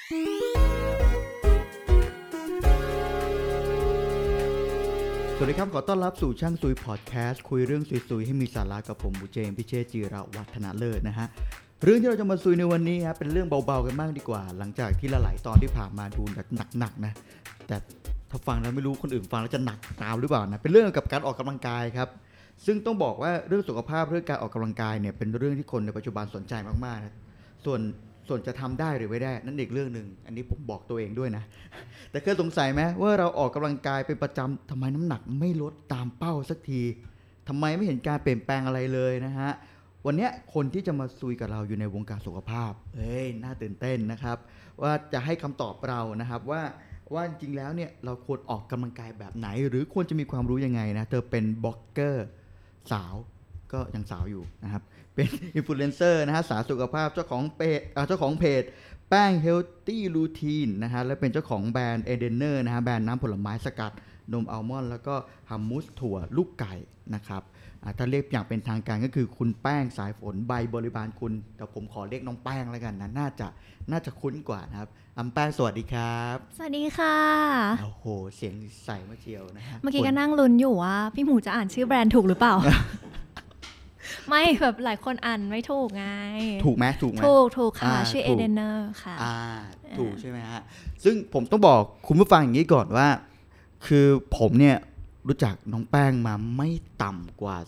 สวัสดีครับขอต้อนรับสู่ช่างซุยพอดแคสต์คุยเรื่องซุยๆให้มีสาระกับผมบูเจมส์พิเชษจีระวัฒนาเลิศนะฮะเรื่องที่เราจะมาซุยในวันนี้ครับเป็นเรื่องเบาๆกันบ้างดีกว่าหลังจากที่หลายๆตอนที่ผ่านมาดูหนักๆนะแต่ถ้าฟังแล้วไม่รู้คนอื่นฟังแล้วจะหนักตามหรือเปล่านะเป็นเรื่องเกี่ยวกับการออกกำลังกายครับซึ่งต้องบอกว่าเรื่องสุขภาพเรื่องการออกกำลังกายเนี่ยเป็นเรื่องที่คนในปัจจุบันสนใจมากๆนะส่วนจะทำได้หรือไม่ได้นั่นอีกเรื่องนึงอันนี้ผมบอกตัวเองด้วยนะแต่เคยสงสัยไหมว่าเราออกกำลังกายเป็นประจำทำไมน้ำหนักไม่ลดตามเป้าสักทีทำไมไม่เห็นการเปลี่ยนแปลงอะไรเลยนะฮะวันนี้คนที่จะมาซุยกับเราอยู่ในวงการสุขภาพน่าตื่นเต้นนะครับว่าจะให้คำตอบเรานะครับว่าจริงแล้วเนี่ยเราควรออกกำลังกายแบบไหนหรือควรจะมีความรู้ยังไงนะเธอเป็นบล็อกเกอร์สาวก็ยังสาวอยู่นะครับเป็นอินฟลูเอนเซอร์นะฮะสายสุขภาพเจ้าของเพจแป้ง Healthy Routine นะฮะและเป็นเจ้าของแบรนด์ Edener นะฮะแบรนด์น้ำผลไม้สกัดนมอัลมอนด์แล้วก็ฮัมมูสถั่วลูกไก่นะครับถ้าเรียกอย่างเป็นทางการก็คือคุณแป้งสายฝนใบบริบาลคุณแต่ผมขอเรียกน้องแป้งแล้วกันนะน่าจะคุ้นกว่านะครับแป้งสวัสดีครับสวัสดีค่ะโอ้โหเสียงใสมาเชียวนะฮะเมื่อกี้ก็นั่งลุ้นอยู่ว่าพี่หมูจะอ่านชื่อแบรนด์ถูกหรือเปล่า ไม่แบบหลายคนอ่านไม่ถูกไงถูกไหมถูกค่ะชื่อ Edener ค่ะถูกใช่ไหมฮะซึ่งผมต้องบอกคุณผู้ฟังอย่างนี้ก่อนว่าคือผมเนี่ยรู้จักน้องแป้งมาไม่ต่ำกว่า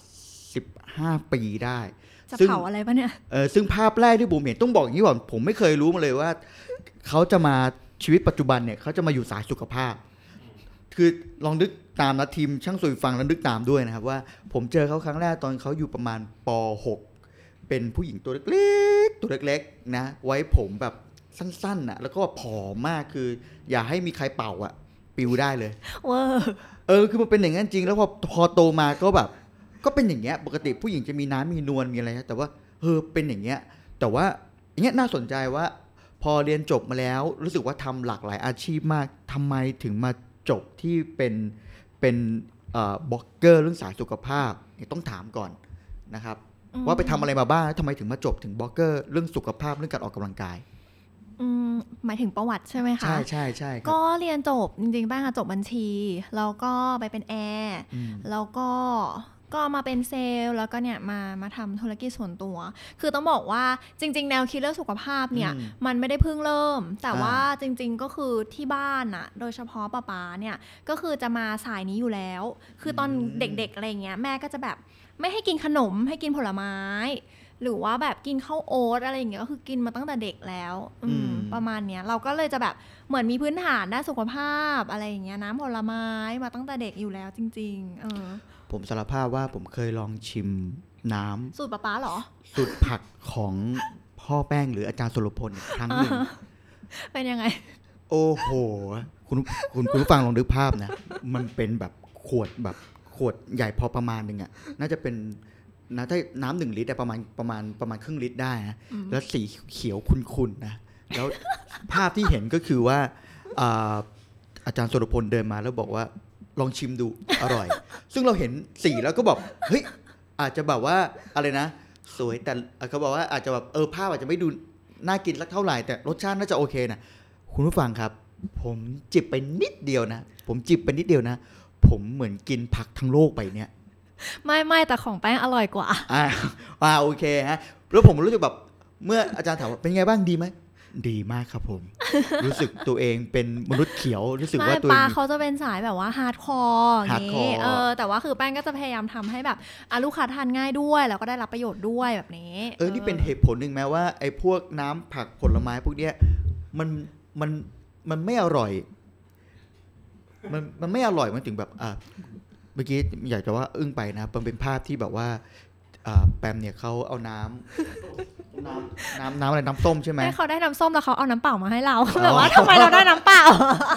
15ปีได้จะเผาอะไรปะเนี่ยซึ่งภาพแรกที่ผมเห็นต้องบอกอย่างนี้ก่อนผมไม่เคยรู้มาเลยว่าเขาจะมาชีวิตปัจจุบันเนี่ยเขาจะมาอยู่สายสุขภาพคือลองนึกตามนะทีมช่างซุยฟังแล้วนึกตามด้วยนะครับว่าผมเจอเขาครั้งแรกตอนเขาอยู่ประมาณป.6 เป็นผู้หญิงตัวเล็กๆนะไว้ผมแบบสั้นๆน่ะแล้วก็ผอมมากคืออย่าให้มีใครเป่าอ่ะปิวได้เลยคือมันเป็นอย่างนั้นจริงแล้วพอโตมาก็แบบก็เป็นอย่างเงี้ยปกติผู้หญิงจะมีน้ำมีนวลมีอะไรนะแต่ว่าเป็นอย่างเงี้ยแต่ว่าอย่างเงี้ยน่าสนใจว่าพอเรียนจบมาแล้วรู้สึกว่าทำหลากหลายอาชีพมากทำไมถึงมาจบที่เป็นบล็อกเกอร์เรื่องสายสุขภาพต้องถามก่อนนะครับว่าไปทำอะไรมาบ้างทำไมถึงมาจบถึงบล็อกเกอร์เรื่องสุขภาพเรื่องการออกกำลังกายหมายถึงประวัติใช่ไหมคะใช่ก็เรียนจบจริงๆบ้างจบบัญชีแล้วก็ไปเป็นแอร์แล้วก็มาเป็นเซลล์แล้วก็เนี่ยมาทำธุรกิจส่วนตัวคือต้องบอกว่าจริงๆแนวคิดเรื่องสุขภาพเนี่ยมันไม่ได้เพิ่งเริ่มแต่ว่าจริงๆก็คือที่บ้านอะโดยเฉพาะป๊าเนี่ยก็คือจะมาสายนี้อยู่แล้วคือตอนเด็กๆอะไรเงี้ยแม่ก็จะแบบไม่ให้กินขนมให้กินผลไม้หรือว่าแบบกินข้าวโอ๊ตอะไรอย่างเงี้ยก็คือกินมาตั้งแต่เด็กแล้วประมาณเนี้ยเราก็เลยจะแบบเหมือนมีพื้นฐานด้านสุขภาพอะไรอย่างเงี้ยน้ำผลไม้มาตั้งแต่เด็กอยู่แล้วจริงๆผมสารภาพว่าผมเคยลองชิมน้ำสูตรป๊าเหรอสูตรผักของพ่อแป้งหรืออาจารย์สุรพลครั้งหนึ่งเป็นยังไงโอ้โหคุณผู้ฟังลองนึกภาพนะมันเป็นแบบขวดใหญ่พอประมาณนึงอ่ะน่าจะเป็นนะถ้าน้ำ1 ลิตรประมาณครึ่งลิตรได้นะแล้วสีเขียวขุ่นๆนะแล้วภาพที่เห็นก็คือว่าอาจารย์สุรพลเดินมาแล้วบอกว่าลองชิมดูอร่อยซึ่งเราเห็นสีแล้วก็บอกเฮ้ยอาจจะแบบว่าอะไรนะสวยแต่เขาบอกว่าอาจจะแบบภาพอาจจะไม่ดูน่ากินสักเท่าไหร่แต่รสชาติน่าจะโอเคนะคุณผู้ฟังครับผมจิบไปนิดเดียวนะผมเหมือนกินผักทั้งโลกไปเนี่ยไม่แต่ของแป้งอร่อยกว่าโอเคฮะแล้วผมรู้สึกแบบเมื่ออาจารย์ถามว่าเป็นไงบ้างดีไหมดีมากครับผม รู้สึกตัวเองเป็นมนุษย์เขียวรู้สึกว่าตัวเองปาเขาจะเป็นสายแบบว่าฮาร์ดคอร์อย่างนี้แต่ว่าคือแป้งก็จะพยายามทำให้แบบลูกค้าทานง่ายด้วยแล้วก็ได้รับประโยชน์ด้วยแบบนี้นี่เป็นเหตุผลหนึ่งแม้ว่าไอ้พวกน้ำผักผลไม้พวกเนี้ยมันไม่อร่อยมันไม่อร่อยมันถึงแบบเมื่อกี้อยากจะว่าอึ้งไปนะมันเป็นภาพที่แบบว่าแปมเนี่ยเขาเอาน้ำอะไรน้ำส้มใช่ไหมให้เขาได้น้ำส้มแล้วเขาเอาน้ำเปล่ามาให้เราแบบว่าทำไมเราได้น้ำเปล่า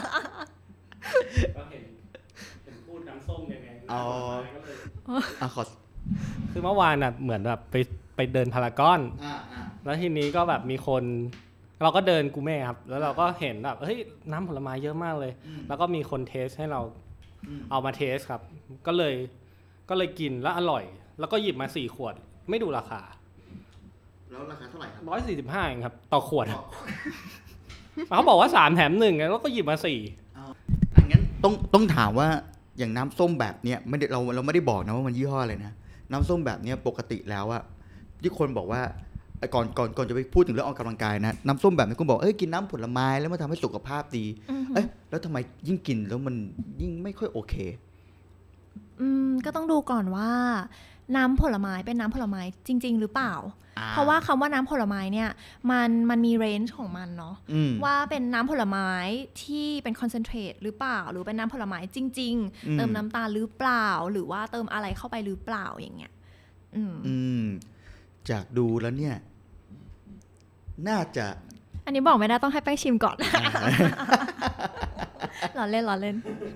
ก็เห็นพูดน้ำส้มยังไงคือเมื่อวานเหมือนแบบไปเดินพารากอนแล้วทีนี้ก็แบบมีคนเราก็เดินกูเม่ครับแล้วเราก็เห็นแบบเฮ้ยน้ำผลไม้เยอะมากเลยแล้วก็มีคนเทสให้เราเอามาเทสครับก็เลยกินแล้วอร่อยแล้วก็หยิบมา4 ขวดไม่ดูราคาแล้วราคาเท่าไหร่ครับ 145เองครับต่อขวดเขาบอกว่า3 แถม 1แล้วก็หยิบมา4 งั้นต้องถามว่าอย่างน้ำส้มแบบเนี้ยไม่ได้เราไม่ได้บอกนะว่ามันยี่ห้ออะไรนะน้ำส้มแบบเนี้ยปกติแล้วอะที่คนบอกว่าก่อนจะไปพูดถึงเรื่องออกกำลังกายนะน้ำส้มแบบนี้คุณบอกกินน้ำผลไม้แล้วมันทำให้สุขภาพดีแล้วทำไมยิ่งกินแล้วมันยิ่งไม่ค่อยโอเคก็ต้องดูก่อนว่าน้ำผลไม้เป็นน้ำผลไม้จริงๆหรือเปล่าเพราะว่าคำว่าน้ำผลไม้เนี่ยมันมีเรนจ์ของมันเนาะว่าเป็นน้ำผลไม้ที่เป็นคอนเซนเทรตหรือเปล่าหรือเป็นน้ำผลไม้จริงๆเติมน้ำตาลหรือเปล่าหรือว่าเติมอะไรเข้าไปหรือเปล่าอย่างเงี้ยจากดูแล้วเนี่ยน่าจะอันนี้บอกไม่ได้ต้องให้แป้งชิมก่อนหล่อเล่น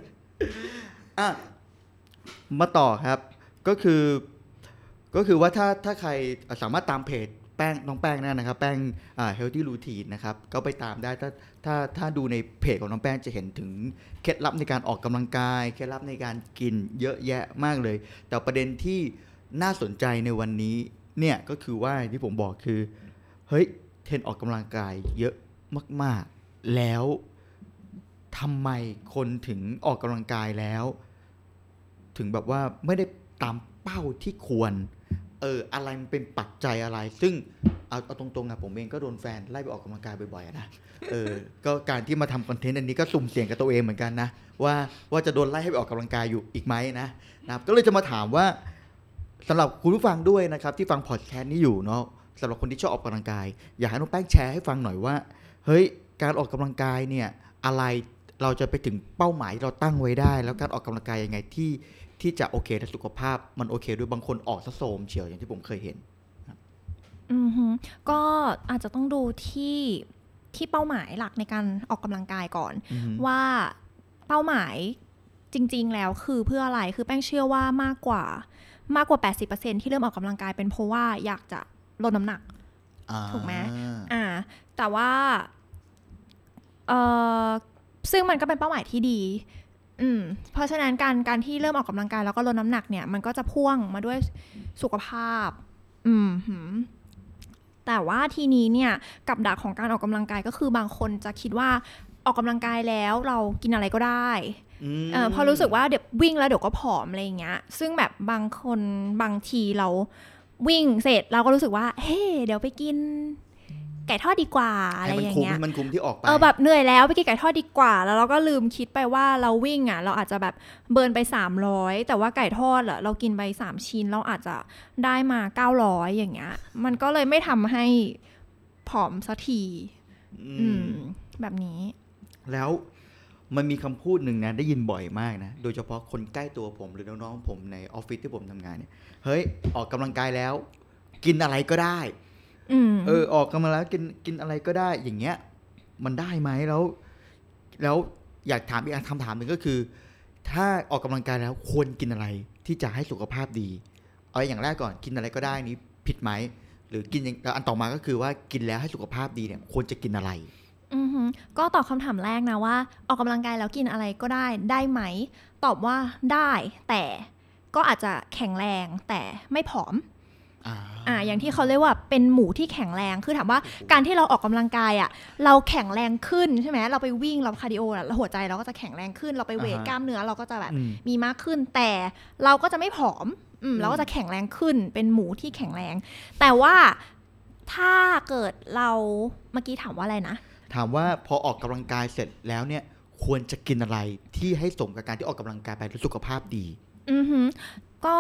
มาต่อครับก็คือว่าถ้าใครสามารถตามเพจแป้งน้องแป้งนะครับแป้งhealthy routine นะครับก็ไปตามได้ถ้าดูในเพจของน้องแป้งจะเห็นถึงเคล็ดลับในการออกกำลังกายเคล็ดลับในการกินเยอะแยะมากเลยแต่ประเด็นที่น่าสนใจในวันนี้เนี่ยก็คือว่าที่ผมบอกคือเฮ้ยเทรนด์ออกกำลังกายเยอะมากๆแล้วทำไมคนถึงออกกำลังกายแล้วถึงแบบว่าไม่ได้ตามเป้าที่ควรอะไรมันเป็นปัจจัยอะไรซึ่งเอาตรงๆนะผมเองก็โดนแฟนไล่ไปออกกำลังกายบ่อยๆนะก็การที่มาทำคอนเทนต์อันนี้ก็สุ่มเสี่ยงกับตัวเองเหมือนกันนะว่าจะโดนไล่ให้ไปออกกำลังกายอยู่อีกไหมนะครับก็เลยจะมาถามว่าสำหรับคุณผู้ฟังด้วยนะครับที่ฟังพอดแคสต์นี้อยู่เนาะสำหรับคนที่ชอบออกกำลังกายอยากให้น้องแป้งแชร์ให้ฟังหน่อยว่าเฮ้ยการออกกำลังกายเนี่ยอะไรเราจะไปถึงเป้าหมายที่เราตั้งไว้ได้แล้วการออกกำลังกายยังไงที่จะโอเคต่อสุขภาพมันโอเคด้วยบางคนออกซะโซมเฉียวอย่างที่ผมเคยเห็นก็อาจจะต้องดูที่เป้าหมายหลักในการออกกำลังกายก่อนว่าเป้าหมายจริงๆแล้วคือเพื่ออะไรคือแป้งเชื่อว่ามากกว่า 80% ที่เริ่มออกกำลังกายเป็นเพราะว่าอยากจะลดน้ำหนักถูกไหมแต่ว่าซึ่งมันก็เป็นเป้าหมายที่ดีเพราะฉะนั้นการที่เริ่มออกกำลังกายแล้วก็ลดน้ำหนักเนี่ยมันก็จะพ่วงมาด้วยสุขภาพแต่ว่าทีนี้เนี่ยกับดักของการออกกำลังกายก็คือบางคนจะคิดว่าออกกำลังกายแล้วเรากินอะไรก็ได้พอรู้สึกว่าเดี๋ยววิ่งแล้วเดี๋ยวก็ผอมอะไรอย่างเงี้ยซึ่งแบบบางคนบางทีเราวิ่งเสร็จเราก็รู้สึกว่าเฮ้เดี๋ยวไปกินไก่ทอดดีกว่าอะไรอย่างเงี้ยมันคุ้มที่ออกไปแบบเหนื่อยแล้วไปกินไก่ทอดดีกว่าแล้วเราก็ลืมคิดไปว่าเราวิ่งอ่ะเราอาจจะแบบเบิร์นไป300แต่ว่าไก่ทอดเรากินไป3ชิ้นเราอาจจะได้มา900อย่างเงี้ยมันก็เลยไม่ทำให้ผอมสักทีแบบนี้แล้วมันมีคำพูดหนึ่งนะได้ยินบ่อยมากนะโดยเฉพาะคนใกล้ตัวผมหรือน้องๆผมในออฟฟิศที่ผมทำงานเนี่ยเฮ้ยออกกำลังกายแล้วกินอะไรก็ได้ออกกำลังแล้วกินอะไรก็ได้อย่างเงี้ยมันได้ไหมแล้วอยากถามอีกคำถามหนึ่งก็คือถ้าออกกำลังกายแล้วควรกินอะไรที่จะให้สุขภาพดีเอาอย่างแรกก่อนกินอะไรก็ได้นี้ผิดไหมหรือกินอันต่อมาก็คือว่ากินแล้วให้สุขภาพดีเนี่ยควรจะกินอะไรก็ตอบคำถามแรกนะว่าออกกำลังกายแล้วกินอะไรก็ได้ไหมตอบว่าได้แต่ก็อาจจะแข็งแรงแต่ไม่ผอมอย่างที่เขาเรียกว่าเป็นหมูที่แข็งแรงคือถามว่าการที่เราออกกำลังกายเราแข็งแรงขึ้นใช่ไหมเราไปวิ่งเราคาร์ดิโอหัวใจเราก็จะแข็งแรงขึ้นเราไปเวทกล้ามเนื้อเราก็จะแบบมีมากขึ้นแต่เราก็จะไม่ผอมเราก็จะแข็งแรงขึ้นเป็นหมูที่แข็งแรงแต่ว่าถ้าเกิดเราเมื่อกี้ถามว่าอะไรนะถามว่าพอออกกำลังกายเสร็จแล้วเนี่ยควรจะกินอะไรที่ให้สมกับการที่ออกกำลังกายไปแล้วสุขภาพดีก็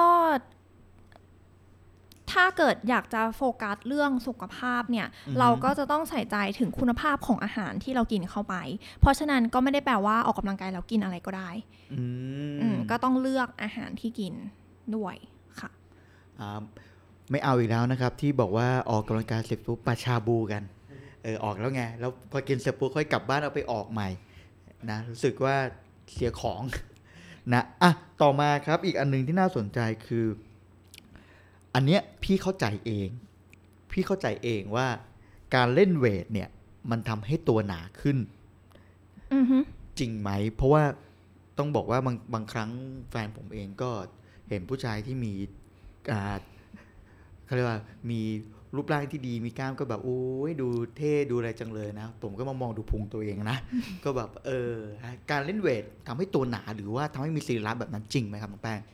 ถ้าเกิดอยากจะโฟกัสเรื่องสุขภาพเนี่ยเราก็จะต้องใส่ใจถึงคุณภาพของอาหารที่เรากินเข้าไปเพราะฉะนั้นก็ไม่ได้แปลว่าออกกำลังกายแล้วกินอะไรก็ได้ก็ต้องเลือกอาหารที่กินด้วยค่ะไม่เอาอีกแล้วนะครับที่บอกว่าออกกำลังกายเสร็จปุ๊บปาชาบูกันออกแล้วไงแล้วพอกินเสร็จปุ๊บค่อยกลับบ้านเอาไปออกใหม่นะรู้สึกว่าเสียของนะต่อมาครับอีกอันนึงที่น่าสนใจคืออันเนี้ยพี่เข้าใจเองว่าการเล่นเวทเนี่ยมันทำให้ตัวหนาขึ้นจริงไหมเพราะว่าต้องบอกว่าบางครั้งแฟนผมเองก็เห็นผู้ชายที่มีเขาเรียกว่ามีรูปร่างที่ดีมีกล้ามก็แบบโอ้ยดูเท่ดูอะไรจังเลยนะผมก็มามองดูพุงตัวเองนะ ก็แบบการเล่นเวททำให้ตัวหนาหรือว่าทำให้มีสรีระแบบนั้นจริงไหมครับน้องแป้ง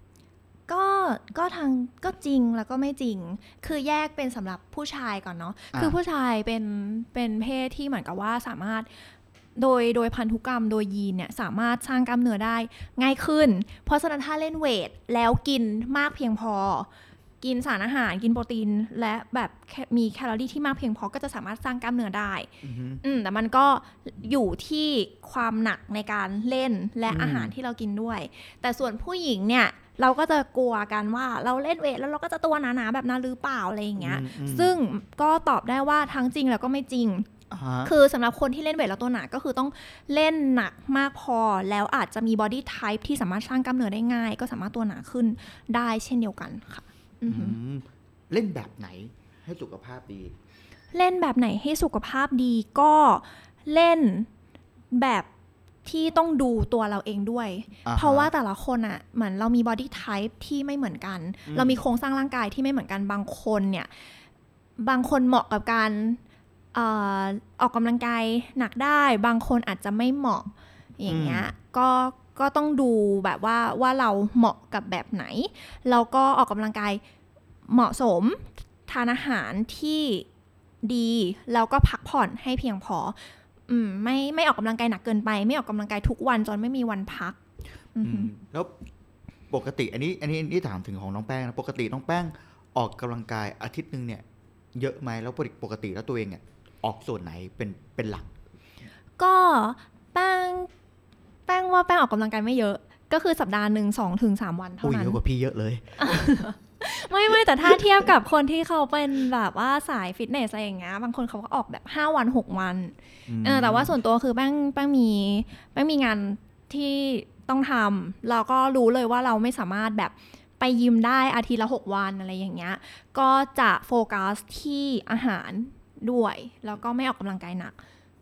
ก็จริงแล้วก็ไม่จริงคือแยกเป็นสำหรับผู้ชายก่อนเนาะคือผู้ชายเป็นเพศที่เหมือนกับว่าสามารถโดยพันธุกรรมโดยยีนเนี่ยสามารถสร้างกล้ามเนื้อได้ง่ายขึ้นเพราะฉะนั้นถ้าเล่นเวทแล้วกินมากเพียงพอกินสารอาหารกินโปรตีนและแบบมีแคลอรี่ที่มากเพียงพอก็จะสามารถสร้างกล้ามเนื้อได้แต่มันก็อยู่ที่ความหนักในการเล่นและอาหารที่เรากินด้วยแต่ส่วนผู้หญิงเนี่ยเราก็จะกลัวกันว่าเราเล่นเวทแล้วเราก็จะตัวหนาๆแบบนั้นหรือเปล่าอะไรอย่างเงี้ยซึ่งก็ตอบได้ว่าทั้งจริงแล้วก็ไม่จริงคือสำหรับคนที่เล่นเวทแล้วตัวหนาก็คือต้องเล่นหนักมากพอแล้วอาจจะมีบอดี้ไทป์ที่สามารถสร้างกล้ามเนื้อได้ง่ายก็สามารถตัวหนาขึ้นได้เช่นเดียวกันค่ะเล่นแบบไหนให้สุขภาพดีเล่นแบบไหนให้สุขภาพดีก็เล่นแบบที่ต้องดูตัวเราเองด้วยเพราะว่าแต่ละคนอ่ะเหมือนเรามี body type ที่ไม่เหมือนกันเรามีโครงสร้างร่างกายที่ไม่เหมือนกันบางคนเนี่ยบางคนเหมาะกับการออกกำลังกายหนักได้บางคนอาจจะไม่เหมาะอย่างเงี้ยก็ต้องดูแบบว่าเราเหมาะกับแบบไหนแล้วก็ออกกำลังกายเหมาะสมทานอาหารที่ดีแล้วก็พักผ่อนให้เพียงพอไม่ออกกำลังกายหนักเกินไปไม่ออกกำลังกายทุกวันจนไม่มีวันพักแล้วปกติอันนี้ถามถึงของน้องแป้งนะปกติน้องแป้งออกกำลังกายอาทิตย์นึงเนี่ยเยอะไหมแล้วปกติแล้วตัวเองเนี่ยออกส่วนไหนเป็นหลักก็แป้งว่าแป้งออกกำลังกายไม่เยอะก็คือสัปดาห์นึง 2-3 วันเท่านั้นเยอะกว่าพี่เยอะเลยไม่แต่ถ้าเทียบกับคนที่เขาเป็นแบบว่าสายฟิตเนสอะไรอย่างเงี้ยบางคนเขาก็ออกแบบ5วัน6วันแต่ว่าส่วนตัวคือแป้งมีงานที่ต้องทำเราก็รู้เลยว่าเราไม่สามารถแบบไปยิมได้อาทิตย์ละ6วันอะไรอย่างเงี้ยก็จะโฟกัสที่อาหารด้วยแล้วก็ไม่ออกกำลังกายหนัก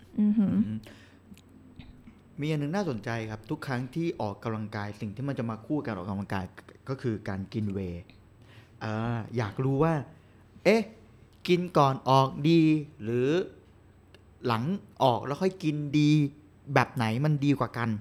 มีอันนึงน่าสนใจครับทุกครั้งที่ออกกำลังกายสิ่งที่มันจะมาคู่กันออกกำลังกายก็คือการกินเวย์อยากรู้ว่ากินก่อนออกดีหรือหลังออกแล้วค่อยกินดีแบบไหนมันดีกว่ากัน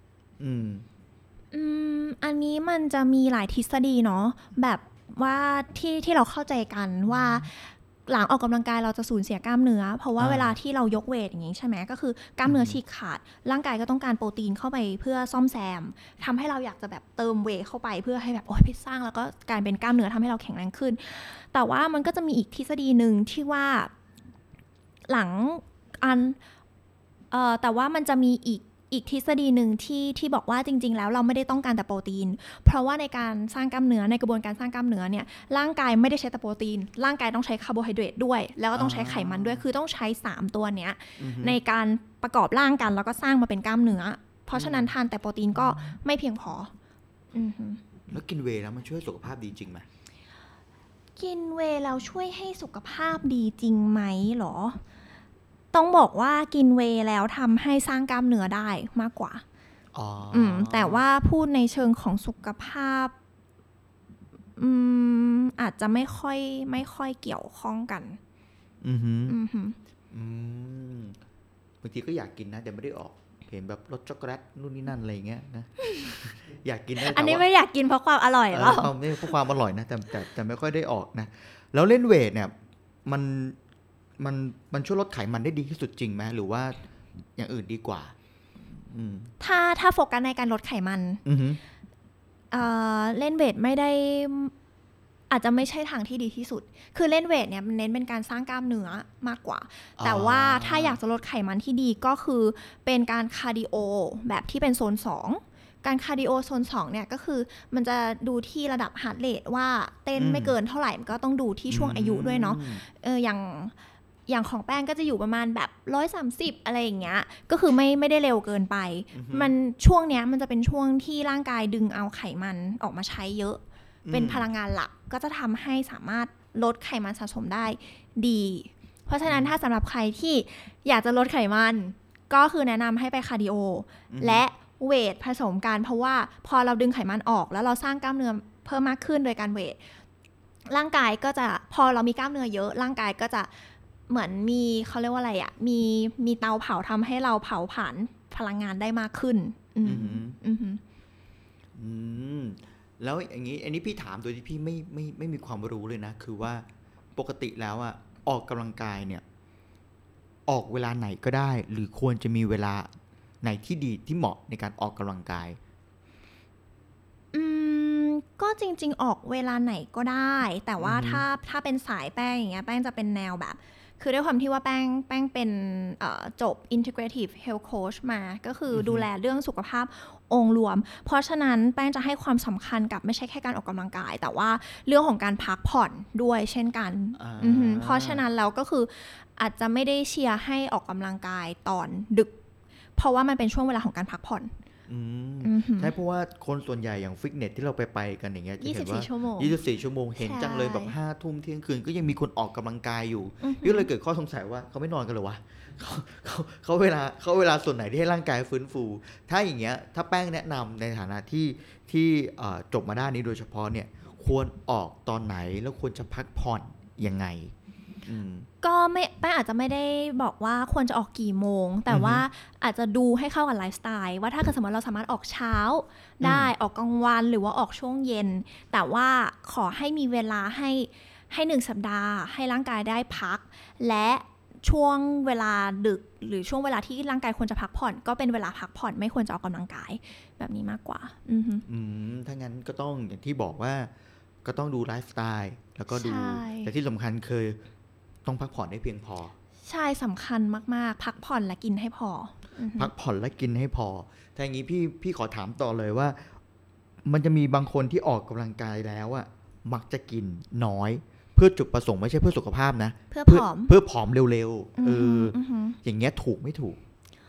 อันนี้มันจะมีหลายทฤษฎีเนาะแบบว่าที่เราเข้าใจกันว่าหลังออกกำลังกายเราจะสูญเสียกล้ามเนื้อเพราะว่าเวลาที่เรายกเวทอย่างนี้ใช่ไหมก็คือกล้ามเนื้อฉีกขาดร่างกายก็ต้องการโปรตีนเข้าไปเพื่อซ่อมแซมทำให้เราอยากจะแบบเติมเวทเข้าไปเพื่อให้แบบไปสร้างแล้วก็กลายเป็นกล้ามเนื้อทำให้เราแข็งแรงขึ้นแต่ว่ามันก็จะมีอีกทฤษฎีหนึ่งที่ว่าหลังแต่ว่ามันจะมีอีกทฤษฎีหนึ่งที่บอกว่าจริงๆแล้วเราไม่ได้ต้องการแต่โปรตีนเพราะว่าในการสร้างกล้ามเนื้อในกระบวนการสร้างกล้ามเนื้อเนี่ยร่างกายไม่ได้ใช้แต่โปรตีนร่างกายต้องใช้คาร์โบไฮเดรตด้วยแล้วก็ต้องใช้ไขมันด้วยคือต้องใช้3ตัวเนี้ยในการประกอบร่างกันแล้วก็สร้างมาเป็นกล้ามเนื้อเพราะฉะนั้นทานแต่โปรตีนก็ไม่เพียงพอแล้วกินเวย์แล้วมันช่วยสุขภาพดีจริงไหมกินเวย์แล้วช่วยให้สุขภาพดีจริงไหมหรอต้องบอกว่ากินเวย์แล้วทำให้สร้างกล้ามเนื้อได้มากกว่าแต่ว่าพูดในเชิงของสุขภาพอาจจะไม่ค่อยเกี่ยวข้องกันบางทีก็อยากกินนะแต่ไม่ได้ออกเห็นแบบรสช็อกโกแลตนู่นนี่นั่นอะไรเงี้ยนะอยากกินนะอันนี้ไม่อยากกินเพราะความอร่อยหรอไม่เพราะความอร่อยนะแต่ไม่ค่อยได้ออกนะแล้วเล่นเวทเนี่ยมันช่วยลดไขมันได้ดีที่สุดจริงไหมหรือว่าอย่างอื่นดีกว่าถ้าโฟกัสในการลดไขมันเล่นเวทไม่ได้อาจจะไม่ใช่ทางที่ดีที่สุดคือเล่นเวทเนี่ยเน้นเป็นการสร้างกล้ามเนื้อมากกว่าแต่ว่าถ้าอยากจะลดไขมันที่ดีก็คือเป็นการคาร์ดิโอแบบที่เป็นโซน2การคาร์ดิโอโซน2เนี่ยก็คือมันจะดูที่ระดับฮาร์ทเรทว่าเต้นไม่เกินเท่าไหร่มันก็ต้องดูที่ช่วงอายุด้วยเนาะอย่างของแป้งก็จะอยู่ประมาณแบบ130อะไรอย่างเงี้ยก็คือไม่ได้เร็วเกินไปมันช่วงเนี้ยมันจะเป็นช่วงที่ร่างกายดึงเอาไขมันออกมาใช้เยอะเป็นพลังงานหลักก็จะทำให้สามารถลดไขมันสะสมได้ดีเพราะฉะนั้นถ้าสำหรับใครที่อยากจะลดไขมันก็คือแนะนำให้ไปคาร์ดิโอและเวทผสมกันเพราะว่าพอเราดึงไขมันออกแล้วเราสร้างกล้ามเนื้อเพิ่มมากขึ้นโดยการเวทร่างกายก็จะพอเรามีกล้ามเนื้อเยอะร่างกายก็จะเหมือนมีเขาเรียกว่าอะไรอ่ะมีเตาเผาทำให้เราเผาผลาญพลังงานได้มากขึ้นแล้วอย่างนี้อันนี้พี่ถามโดยที่พี่ไม่มีความรู้เลยนะคือว่าปกติแล้วอ่ะออกกำลังกายเนี่ยออกเวลาไหนก็ได้หรือควรจะมีเวลาไหนที่ดีที่เหมาะในการออกกำลังกายก็จริงๆออกเวลาไหนก็ได้แต่ว่าถ้าเป็นสายแป้งอย่างเงี้ยแป้งจะเป็นแนวแบบคือด้วยความที่ว่าแป้งเป็นจบ Integrative Health Coach มาก็คือดูแลเรื่องสุขภาพองค์รวมเพราะฉะนั้นแป้งจะให้ความสำคัญกับไม่ใช่แค่การออกกำลังกายแต่ว่าเรื่องของการพักผ่อนด้วยเช่นกันเพราะฉะนั้นแล้วก็คืออาจจะไม่ได้เชียร์ให้ออกกำลังกายตอนดึกเพราะว่ามันเป็นช่วงเวลาของการพักผ่อนใช่เพราะว่าคนส่วนใหญ่อย่างฟิตเนสที่เราไปกันอย่างเงี้ยจะเห็นว่า24 ชั่วโมงเห็นจังเลยแบบ5 ทุ่มเที่ยงคืนก็ยังมีคนออกกำลังกายอยู่ก็เลยเกิดข้อสงสัยว่าเขาไม่นอนกันเหรอวะเขาเวลาส่วนไหนที่ให้ร่างกายฟื้นฟูถ้าอย่างเงี้ยถ้าแป้งแนะนำในฐานะที่จบมาด้านนี้โดยเฉพาะเนี่ยควรออกตอนไหนแล้วควรจะพักผ่อนยังไงก็ไม่แป้งอาจจะไม่ได้บอกว่าควรจะออกกี่โมงแต่ว่าอาจจะดูให้เข้ากับไลฟ์สไตล์ว่าถ้าเกิดสมมติเราสามารถออกเช้าได้ออกกลางวันหรือว่าออกช่วงเย็นแต่ว่าขอให้มีเวลาให้1 สัปดาห์ให้ร่างกายได้พักและช่วงเวลาดึกหรือช่วงเวลาที่ร่างกายควรจะพักผ่อนก็เป็นเวลาพักผ่อนไม่ควรจะออกกำลังกายแบบนี้มากกว่าถ้างั้นก็ต้องอย่างที่บอกว่าก็ต้องดูไลฟ์สไตล์แล้วก็ดูแต่ที่สำคัญคือต้องพักผ่อนให้เพียงพอใช่สำคัญมากๆพักผ่อนและกินให้พอพักผ่อนและกินให้พอถ้าอย่างนี้พี่ขอถามต่อเลยว่ามันจะมีบางคนที่ออกกำลังกายแล้วอ่ะมักจะกินน้อยเพื่อจุดประสงค์ไม่ใช่เพื่อสุขภาพนะเพื่อผอมเร็วๆอย่างเงี้ยถูกไม่ถูก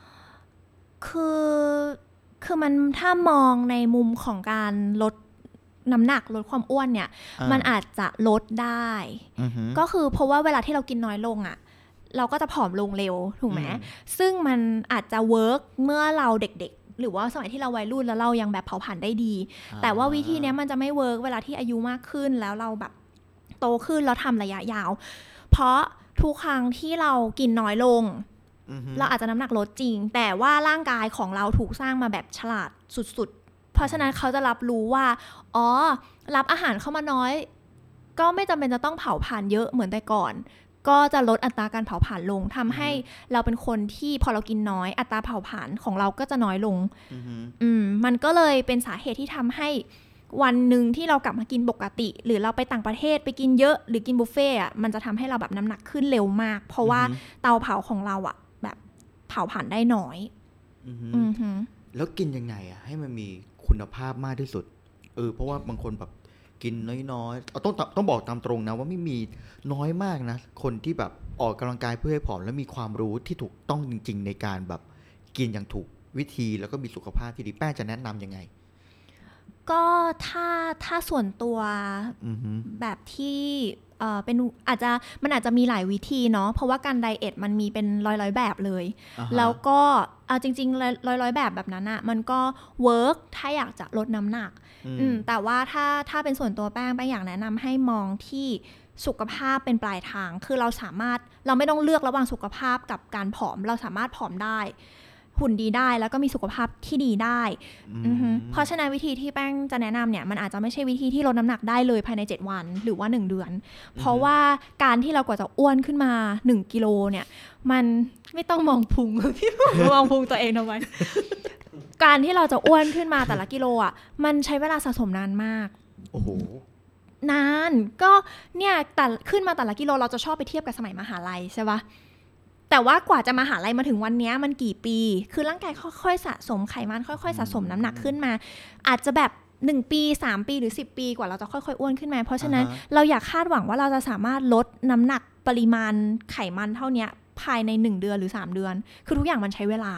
คือมันถ้ามองในมุมของการลดน้ำหนักลดความอ้วนเนี่ยมันอาจจะลดได้ก็คือเพราะว่าเวลาที่เรากินน้อยลงอ่ะเราก็จะผอมลงเร็วถูกไหมซึ่งมันอาจจะเวิร์กเมื่อเราเด็กๆหรือว่าสมัยที่เราวัยรุ่นแล้วเรายังแบบเผาผลาญได้ดีแต่ว่าวิธีนี้มันจะไม่เวิร์กเวลาที่อายุมากขึ้นแล้วเราแบบโตขึ้นแล้วทำระยะยาวเพราะทุกครั้งที่เรากินน้อยลงเราอาจจะน้ำหนักลดจริงแต่ว่าร่างกายของเราถูกสร้างมาแบบฉลาดสุดๆเพราะฉะนั้นเขาจะรับรู้ว่ารับอาหารเข้ามาน้อยก็ไม่จำเป็นจะต้องเผาผลาญเยอะเหมือนแต่ก่อนก็จะลดอัตราการเผาผลาญลงทำให้เราเป็นคนที่พอเรากินน้อยอัตราเผาผลาญของเราก็จะน้อยลงมันก็เลยเป็นสาเหตุที่ทำให้วันหนึ่งที่เรากลับมากินปกติหรือเราไปต่างประเทศไปกินเยอะหรือกินบุฟเฟ่อะมันจะทำให้เราแบบน้ำหนักขึ้นเร็วมากเพราะว่าเตาเผาของเราอะแบบเผาผลาญได้น้อยแล้วกินยังไงอะให้มันมีคุณภาพมากที่สุดเพราะว่าบางคนแบบกินน้อยๆต้องบอกตามตรงนะว่าไม่มีน้อยมากนะคนที่แบบออกกำลังกายเพื่อให้ผอมและมีความรู้ที่ถูกต้องจริงๆในการแบบกินอย่างถูกวิธีแล้วก็มีสุขภาพที่ดีแป้งจะแนะนำยังไงก็ถ้าส่วนตัวแบบที่เป็นมันอาจจะมีหลายวิธีเนาะเพราะว่าการไดเอทมันมีเป็นร้อยแบบเลยแล้วก็เอาจริงๆร้อยแบบนั้นอะมันก็เวิร์กถ้าอยากจะลดน้ำหนักแต่ว่าถ้าเป็นส่วนตัวแป้งอยากแนะนำให้มองที่สุขภาพเป็นปลายทางคือเราไม่ต้องเลือกระหว่างสุขภาพกับการผอมเราสามารถผอมได้หุ่นดีได้แล้วก็มีสุขภาพที่ดีได้เพราะฉะนั้นวิธีที่แป้งจะแนะนำเนี่ยมันอาจจะไม่ใช่วิธีที่ลดน้ำหนักได้เลยภายใน7 วันหรือว่า1 เดือนเพราะว่าการที่เรากว่าจะอ้วนขึ้นมา1 กิโลเนี่ยมันไม่ต้องมองพุงพี่มองพุงตัวเองทำไม การที่เราจะอ้วนขึ้นมาแต่ละกิโลอ่ะมันใช้เวลาสะสมนานมากโอ้โหนานก็เนี่ยแต่ขึ้นมาแต่ละกิโลเราจะชอบไปเทียบกับสมัยมหาลัยใช่ปะแต่ว่ากว่าจะมหาลัยมาถึงวันนี้มันกี่ปีคือร่างกายค่อยๆสะสมไขมันค่อยๆสะสมน้ำหนักขึ้นมาอาจจะแบบ1 ปี 3 ปีหรือ10 ปีกว่าเราจะค่อยๆอ้วนขึ้นมาเพราะฉะนั้นเราอยากคาดหวังว่าเราจะสามารถลดน้ำหนักปริมาณไขมันเท่านี้ภายใน1 เดือนหรือ3 เดือนคือทุกอย่างมันใช้เวลา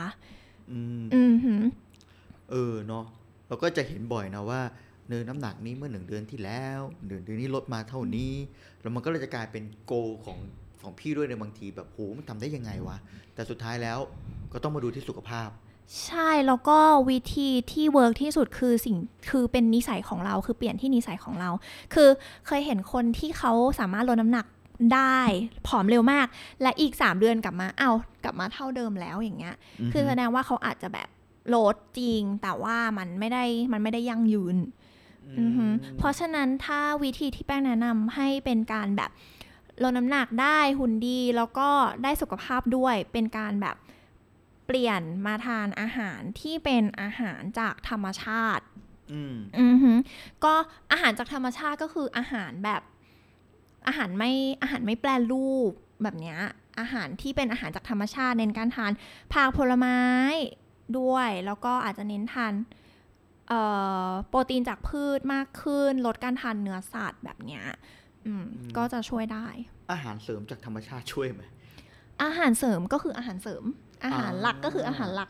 เนาะเราก็จะเห็นบ่อยนะว่าน้ำหนักนี้เมื่อ1 เดือนที่แล้ว1 เดือนนี้ลดมาเท่านี้แล้วมันก็เลยจะกลายเป็นโกของพี่ด้วยในบางทีแบบโหมันทำได้ยังไงวะแต่สุดท้ายแล้วก็ต้องมาดูที่สุขภาพใช่แล้วก็วิธีที่เวิร์กที่สุดคือเป็นนิสัยของเราคือเปลี่ยนที่นิสัยของเราคือเคยเห็นคนที่เขาสามารถลดน้ำหนักได้ผอมเร็วมากและอีก3 เดือนกลับมาเท่าเดิมแล้วอย่างเงี้ยคือแสดงว่าเขาอาจจะแบบลดจริงแต่ว่ามันไม่ได้ยั่งยืนเพราะฉะนั้นถ้าวิธีที่แป้งแนะนำให้เป็นการแบบลดน้ำหนักได้หุ่นดีแล้วก็ได้สุขภาพด้วยเป็นการแบบเปลี่ยนมาทานอาหารที่เป็นอาหารจากธรรมชาติก็อาหารจากธรรมชาติก็คืออาหารแบบอาหารไม่แปรรูปแบบเนี้ยอาหารที่เป็นอาหารจากธรรมชาติเน้นการทานผักผลไม้ด้วยแล้วก็อาจจะเน้นทานโปรตีนจากพืชมากขึ้นลดการทานเนื้อสัตว์แบบเนี้ยก็จะช่วยได้อาหารเสริมจากธรรมชาติช่วยไหมอาหารเสริมก็คืออาหารเสริมอาหารหลักก็คืออาหารหลัก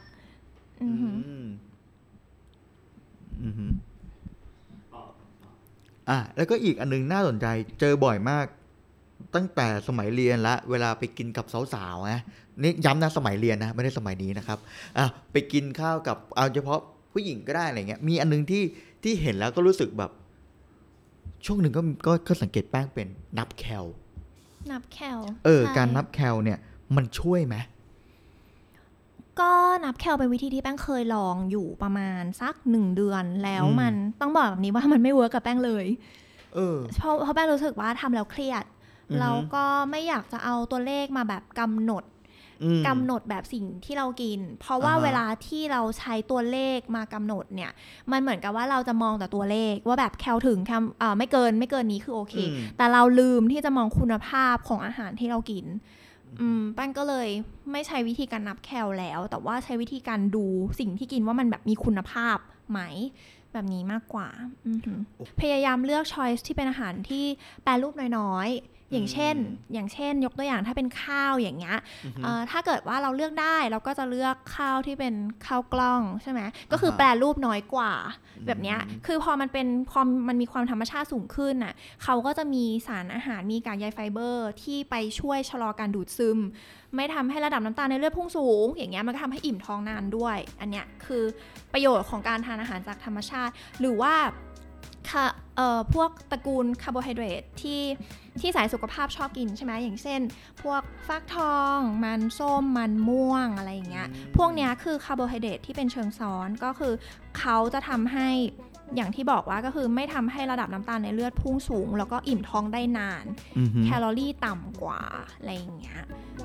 แล้วก็อีกอันนึงน่าสนใจเจอบ่อยมากตั้งแต่สมัยเรียนละเวลาไปกินกับสาวๆนะนี่ย้ำนะสมัยเรียนนะไม่ได้สมัยนี้นะครับไปกินข้าวกับเอาเฉพาะผู้หญิงก็ได้อะไรเงี้ยมีอันนึงที่เห็นแล้วก็รู้สึกแบบช่วงหนึ่งก็สังเกตแป้งเป็นนับแคลการนับแคลเนี่ยมันช่วยไหมก็นับแคลเป็นวิธีที่แป้งเคยลองอยู่ประมาณสัก1 เดือนแล้วมันต้องบอกแบบนี้ว่ามันไม่เวิร์กกับแป้งเลยเพราะแป้งรู้สึกว่าทำแล้วเครียดแล้วก็ไม่อยากจะเอาตัวเลขมาแบบกำหนดแบบสิ่งที่เรากินเพราะว่าเวลาที่เราใช้ตัวเลขมากำหนดเนี่ยมันเหมือนกับว่าเราจะมองแต่ตัวเลขว่าแบบแคลถึงแคลไม่เกินนี้คือโอเคแต่เราลืมที่จะมองคุณภาพของอาหารที่เรากินแป้งก็เลยไม่ใช้วิธีการนับแคลแล้วแต่ว่าใช้วิธีการดูสิ่งที่กินว่ามันแบบมีคุณภาพไหมแบบนี้มากกว่าพยายามเลือกช้อยส์ที่เป็นอาหารที่แปรรูปน้อยๆอย่างเช่นยกตัวอย่างถ้าเป็นข้าวอย่างเงี้ยถ้าเกิดว่าเราเลือกได้เราก็จะเลือกข้าวที่เป็นข้าวกล้องใช่ไหมก็คือแปรรูปน้อยกว่าแบบเนี้ยคือพอมันมีความธรรมชาติสูงขึ้นน่ะเขาก็จะมีสารอาหารมีกากใยไฟเบอร์ที่ไปช่วยชะลอการดูดซึมไม่ทำให้ระดับน้ำตาลในเลือดพุ่งสูงอย่างเงี้ยมันก็ทำให้อิ่มท้องนานด้วยอันเนี้ยคือประโยชน์ของการทานอาหารจากธรรมชาติหรือว่าพวกตระกูลคาร์โบไฮเดรตที่สายสุขภาพชอบกินใช่ไหมอย่างเช่นพวกฟักทองมันส้มมันม่วงอะไรอย่างเงี้ยพวกเนี้ยคือคาร์โบไฮเดรตที่เป็นเชิงซ้อนก็คือเขาจะทำให้อย่างที่บอกว่าก็คือไม่ทำให้ระดับน้ำตาลในเลือดพุ่งสูงแล้วก็อิ่มท้องได้นานแคลอรี่ต่ำกว่าอะไรอย่างเงี้ย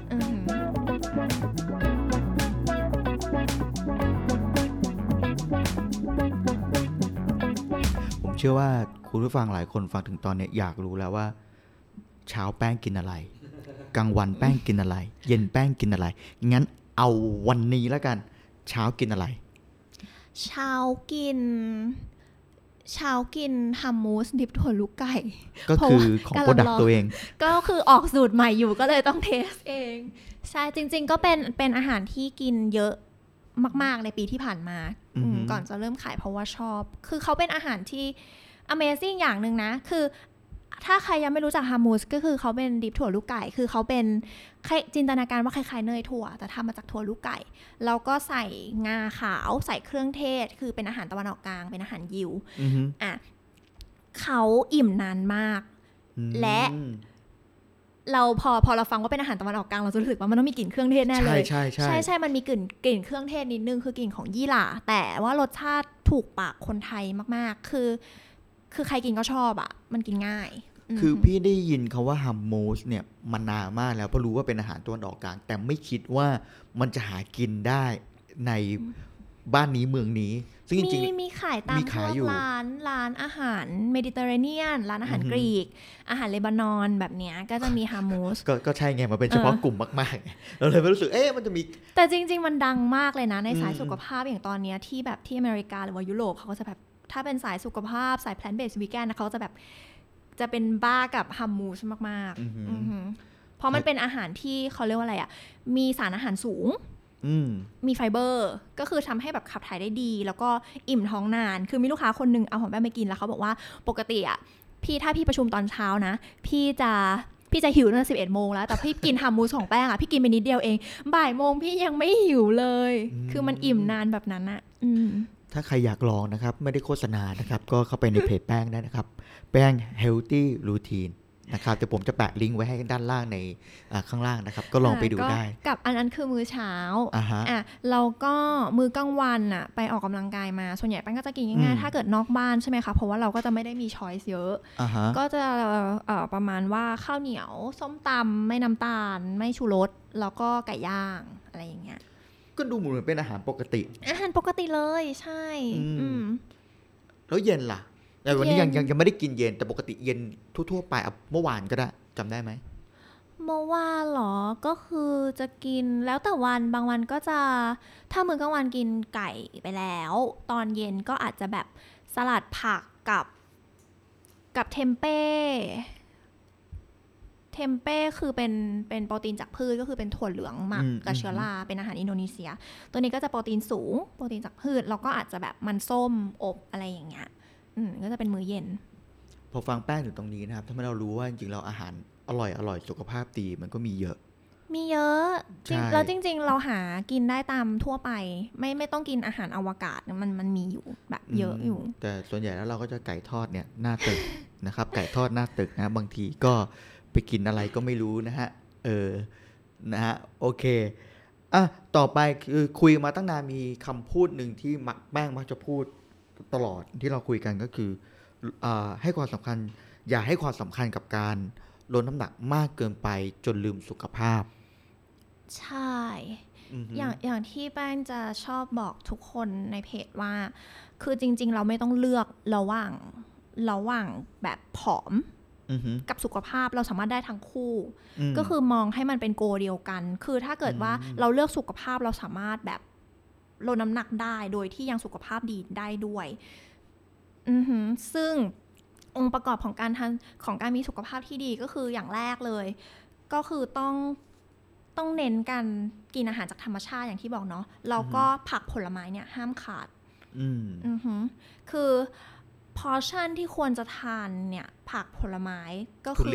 ผมเชื่อว่าคุณผู้ฟังหลายคนฟังถึงตอนนี้อยากรู้แล้วว่าเช้าแป้งกินอะไรกลางวันแป้งกินอะไรเย็นแป้งกินอะไรงั้นเอาวันนี้แล้วกันเช้ากินอะไรเช้ากินฮัมมูสดิบถั่วลูกไก่ก็คือของโปรดักต์ตัวเองก็คือออกสูตรใหม่อยู่ก็เลยต้องเทสเองใช่จริงๆก็เป็นอาหารที่กินเยอะมากๆในปีที่ผ่านมาก่อนจะเริ่มขายเพราะว่าชอบคือเขาเป็นอาหารที่ Amazing อย่างนึงนะคือถ้าใครยังไม่รู้จักฮัมมูสก็คือเขาเป็นดิบถั่วลูกไก่คือเขาเป็นจินตนาการว่าคล้ายๆเนยถั่วแต่ทำมาจากถั่วลูกไก่แล้วก็ใส่งาขาวใส่เครื่องเทศคือเป็นอาหารตะวันออกกลางเป็นอาหารยิวเขาอิ่มนานมากและเราพอเราฟังว่าเป็นอาหารตะวันออกกลางเราจะรู้สึกว่ามันต้องมีกลิ่นเครื่องเทศแน่เลยใช่มันมีกลิ่นเครื่องเทศนิดนึงคือกลิ่นของยี่หร่าแต่ว่ารสชาติถูกปากคนไทยมากๆคือใครกินก็ชอบอ่ะมันกินง่ายคือพี่ได้ยินคำว่าฮัมมูสเนี่ยมานานมากแล้วเพราะรู้ว่าเป็นอาหารตะวันออกกลางแต่ไม่คิดว่ามันจะหากินได้ในบ้านนี้เมืองนี้ซึ่งจริงๆมีขายตามพวกร้านอาหารเมดิเตอร์เรเนียนร้านอาหารกรีกอาหารเลบานอนแบบเนี้ยก็จะมีฮัมมูสก็ใช่ไงมันเป็นเฉพาะกลุ่มมากๆเราเลยไม่รู้สึกมันจะมีแต่จริงๆมันดังมากเลยนะในสายสุขภาพอย่างตอนนี้ที่แบบที่อเมริกาหรือว่ายุโรปเขาก็จะแบบถ้าเป็นสายสุขภาพสาย plant based vegan นะเขาจะเป็นบ้ากับฮัมมูสมากๆเพราะมันเป็นอาหารที่เขาเรียกว่าอะไรอ่ะมีสารอาหารสูงมีไฟเบอร์ก็คือทำให้แบบขับถ่ายได้ดีแล้วก็อิ่มท้องนานคือมีลูกค้าคนนึงเอาของแป้งไปกินแล้วเขาบอกว่าปกติอ่ะถ้าพี่ประชุมตอนเช้านะพี่จะพี่จะหิวตั้งแต่11 โมงแล้วแต่พี่กินฮัมมูสของแป้งอ่ะพี่กินไปนิดเดียวเองบ่ายโมงพี่ยังไม่หิวเลยคือมันอิ่มนานแบบนั้นอ่ะถ้าใครอยากลองนะครับไม่ได้โฆษณานะครับก็เข้าไปในเพจแป้งได้นะครับแป้ง Healthy Routine นะครับแต่ผมจะแปะลิงก์ไว้ให้ด้านล่างในข้างล่างนะครับก็ลองไปดูได้กับอันนั้นคือมื้อเช้าเราก็มื้อกลางวันอ่ะไปออกกำลังกายมาส่วนใหญ่แป้งก็จะกินง่ายๆถ้าเกิดนอกบ้านใช่ไหมคะเพราะว่าเราก็จะไม่ได้มีช้อยส์เยอะก็จะประมาณว่าข้าวเหนียวส้มตำไม่น้ำตาลไม่ชูรสแล้วก็ไก่ย่างอะไรอย่างเงี้ยก็ดูเหมือนเป็นอาหารปกติเลยใช่แล้วเย็นล่ะแต่วันนี้ยังไม่ได้กินเย็นแต่ปกติเย็นทั่วๆไปเมื่อวานก็ได้จำได้ไหมเมื่อวานหรอก็คือจะกินแล้วแต่วันบางวันก็จะถ้ามื้อกลางวันกินไก่ไปแล้วตอนเย็นก็อาจจะแบบสลัดผักกับเทมเป้คือเป็นโปรตีนจากพืชก็คือเป็นถั่วเหลืองหมักกับเชื้อราเป็นอาหารอินโดนีเซียตัวนี้ก็จะโปรตีนสูงโปรตีนจากพืชแล้วก็อาจจะแบบมันส้มอบอะไรอย่างเงี้ยก็จะเป็นมื้อเย็นพอฟังแป้งถึงตรงนี้นะครับถ้าเรารู้ว่าจริงๆเราอาหารอร่อยสุขภาพดีมันก็มีเยอะแล้วจริงๆเราหากินได้ตามทั่วไปไม่ต้องกินอาหารอวกาศมันมีอยู่แบบเยอะอยู่แต่ส่วนใหญ่แล้วเราก็จะไก่ทอดเนี่ยหน้าตึกนะครับไก่ทอดหน้าตึกนะบางทีก็ไปกินอะไรก็ไม่รู้นะฮะนะฮะโอเคต่อไปคือคุยมาตั้งนานมีคำพูดหนึ่งที่แป้งมักจะพูดตลอดที่เราคุยกันก็คือให้ความสำคัญอย่าให้ความสำคัญกับการลดน้ำหนักมากเกินไปจนลืมสุขภาพใช่อย่างที่แป้งจะชอบบอกทุกคนในเพจว่าคือจริงๆเราไม่ต้องเลือกระหว่างแบบผอมกับสุขภาพเราสามารถได้ทั้งคู่ก็คือมองให้มันเป็นโกเดียวกันคือถ้าเกิดว่าเราเลือกสุขภาพเราสามารถแบบลดน้ำหนักได้โดยที่ยังสุขภาพดีได้ด้วยซึ่งองค์ประกอบของการมีสุขภาพที่ดีก็คืออย่างแรกเลยก็คือต้องเน้นการกินอาหารจากธรรมชาติอย่างที่บอกเนาะแล้วก็ผักผลไม้เนี่ยห้ามขาดคือพอร์ชั่นที่ควรจะทานเนี่ยผักผลไม้ก็คือ